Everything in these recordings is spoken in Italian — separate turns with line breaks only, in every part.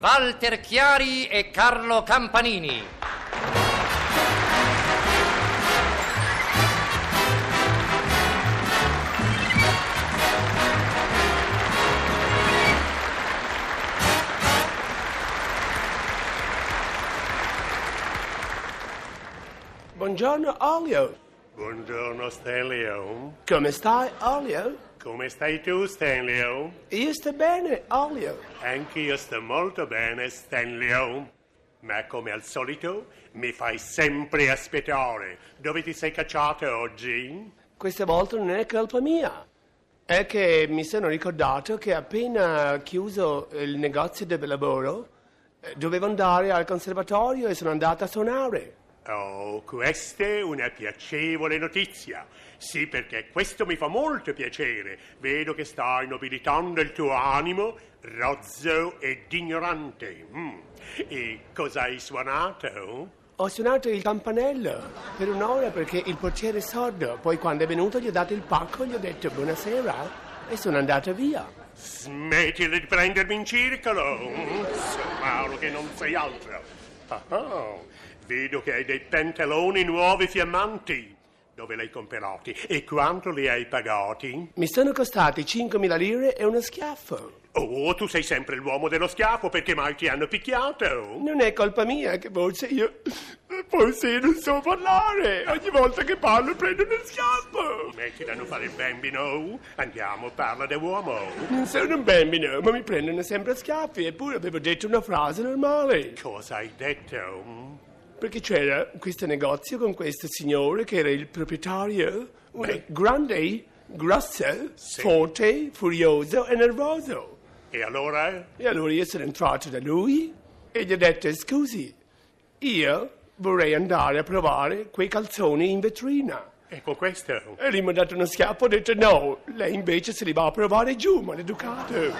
Walter Chiari e Carlo Campanini.
Buongiorno Olio.
Buongiorno Stanlio.
Come stai Olio?
Come stai tu, Stanlio?
Io sto bene Olio.
Anch'io sto molto bene, Stanlio. Ma come al solito mi fai sempre aspettare. Dove ti sei cacciato oggi?
Questa volta non è colpa mia. È che mi sono ricordato che appena chiuso il negozio dove lavoro dovevo andare al conservatorio e sono andato a suonare.
Oh, questa è una piacevole notizia. Sì, perché questo mi fa molto piacere. Vedo che stai nobilitando il tuo animo, rozzo ed ignorante. E cosa hai suonato?
Ho suonato il campanello per un'ora perché il portiere è sordo. Poi quando è venuto gli ho dato il pacco, gli ho detto buonasera e sono andato via.
Smettila di prendermi in circolo. So malo che non sei altro. Oh, vedo che hai dei pantaloni nuovi fiammanti. Dove li hai comprati? E quanto li hai pagati?
Mi sono costati 5.000 lire e uno schiaffo.
Oh, tu sei sempre l'uomo dello schiaffo, perché mai ti hanno picchiato?
Non è colpa mia, che forse io non so parlare. Ogni volta che parlo prendo uno schiaffo.
Mettila a non fare il bambino. Andiamo, parla da uomo.
Non sono un bambino, ma mi prendono sempre a schiaffi. Eppure avevo detto una frase normale.
Cosa hai detto?
Perché c'era questo negozio con questo signore che era il proprietario, grande, grosso,
sì,
forte, furioso e nervoso.
E allora?
E allora io sono entrato da lui e gli ho detto, scusi, io vorrei andare a provare quei calzoni in vetrina.
E con questo?
E lui mi ha dato uno schiaffo e ha detto, no, lei invece se li va a provare giù, maleducato.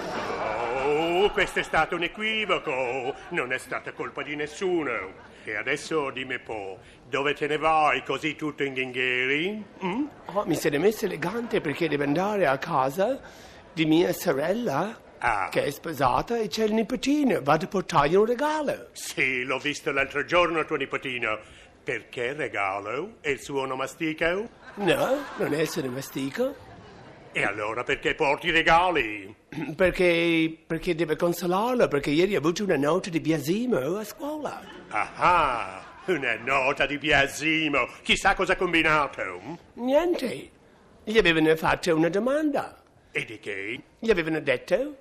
Oh, questo è stato un equivoco, non è stata colpa di nessuno. E adesso dimmi un po', dove te ne vai così tutto in ghingheri?
Oh, mi sono messo elegante perché devo andare a casa di mia sorella, che è sposata, e c'è il nipotino, vado a portargli un regalo.
Sì, l'ho visto l'altro giorno tuo nipotino. Perché regalo? È il suo onomastico?
No, non è il suo onomastico.
E allora perché porti i regali?
Perché deve consolarlo, perché ieri ha avuto una nota di biasimo a scuola.
Ah, una nota di biasimo. Chissà cosa ha combinato.
Niente. Gli avevano fatto una domanda.
E di che?
Gli avevano detto,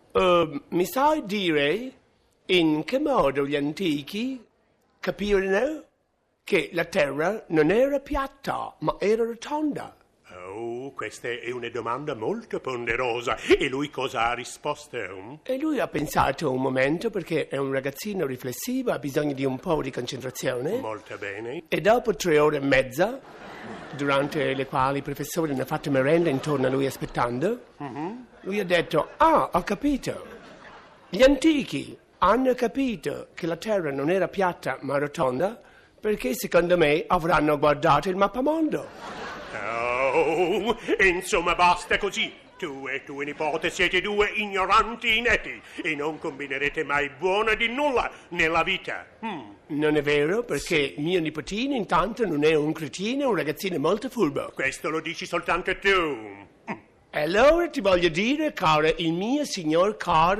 mi sai dire in che modo gli antichi capirono che la terra non era piatta, ma era rotonda?
Oh, questa è una domanda molto ponderosa. E lui cosa ha risposto?
E lui ha pensato un momento, perché è un ragazzino riflessivo, ha bisogno di un po' di concentrazione.
Molto bene.
E dopo 3 ore e mezza, durante le quali i professori hanno fatto merenda intorno a lui aspettando, lui ha detto, ho capito. Gli antichi hanno capito che la terra non era piatta ma rotonda perché secondo me avranno guardato il mappamondo.
Oh, insomma basta così. Tu e tuo nipote siete 2 ignoranti inetti e non combinerete mai buona di nulla nella vita.
Non è vero, perché mio nipotino intanto non è un cretino, è un ragazzino molto furbo.
Questo lo dici soltanto tu.
E allora ti voglio dire, caro il mio signor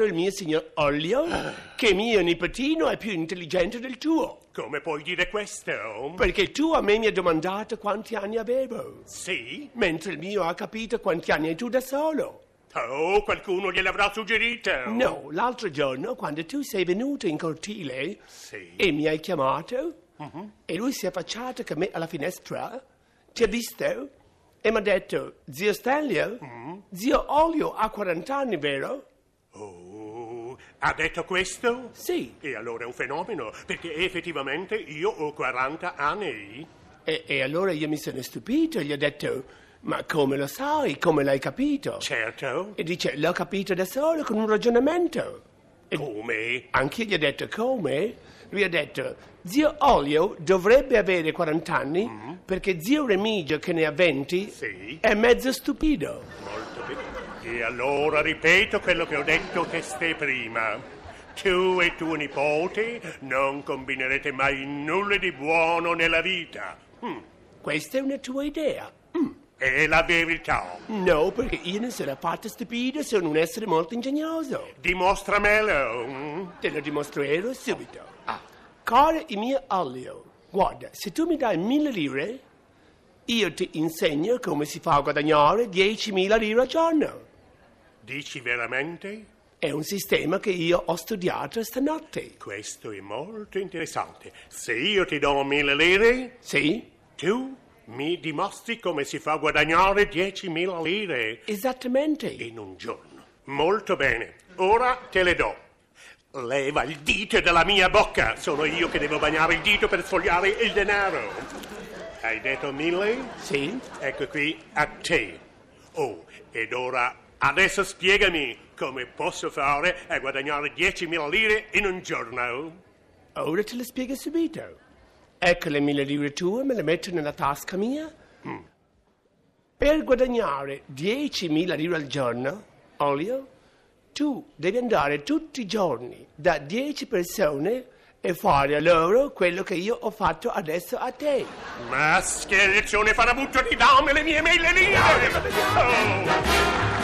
Olio, che mio nipotino è più intelligente del tuo.
Come puoi dire questo?
Perché tu a me mi hai domandato quanti anni avevo.
Sì?
Mentre il mio ha capito quanti anni hai tu da solo.
Oh, qualcuno gliel'avrà suggerito?
No, l'altro giorno, quando tu sei venuto in cortile e mi hai chiamato, e lui si è affacciato con me alla finestra, ti ha visto e mi ha detto, zio Stanlio, zio Olio ha 40 anni, vero?
Oh, ha detto questo?
Sì.
E allora è un fenomeno, perché effettivamente io ho 40 anni.
E allora io mi sono stupito e gli ho detto, ma come lo sai, come l'hai capito?
Certo.
E dice, l'ho capito da solo con un ragionamento.
Come?
Anche io gli ho detto, come? Lui ha detto, zio Olio dovrebbe avere 40 anni perché zio Remigio, che ne ha 20, è mezzo stupido.
Molto bene. E allora ripeto quello che ho detto testé prima. Tu e tuo nipote non combinerete mai nulla di buono nella vita.
Questa è una tua idea.
È la verità.
No, perché io non sono affatto stupido, sono un essere molto ingegnoso.
Dimostramelo.
Te lo dimostrerò subito. Caro il mio Ollio, guarda, se tu mi dai 1.000 lire, io ti insegno come si fa a guadagnare 10.000 lire al giorno.
Dici veramente?
È un sistema che io ho studiato stanotte.
Questo è molto interessante. Se io ti do 1.000 lire,
Sì?
tu mi dimostri come si fa a guadagnare 10.000 lire
Esattamente.
in un giorno. Molto bene, ora te le do. Leva il dito dalla mia bocca. Sono io che devo bagnare il dito per sfogliare il denaro. Hai detto 1.000?
Sì?
Ecco qui a te. Oh, ed ora adesso spiegami come posso fare a guadagnare 10.000 lire in un giorno.
Ora te lo spiego subito. Ecco le 1.000 lire tue, me le metto nella tasca mia. Per guadagnare 10.000 lire al giorno, Ollio, tu devi andare tutti i giorni da 10 persone e fare a loro quello che io ho fatto adesso a te.
Ma scherzone farabutto di dammi le mie 1.000 lire! Oh.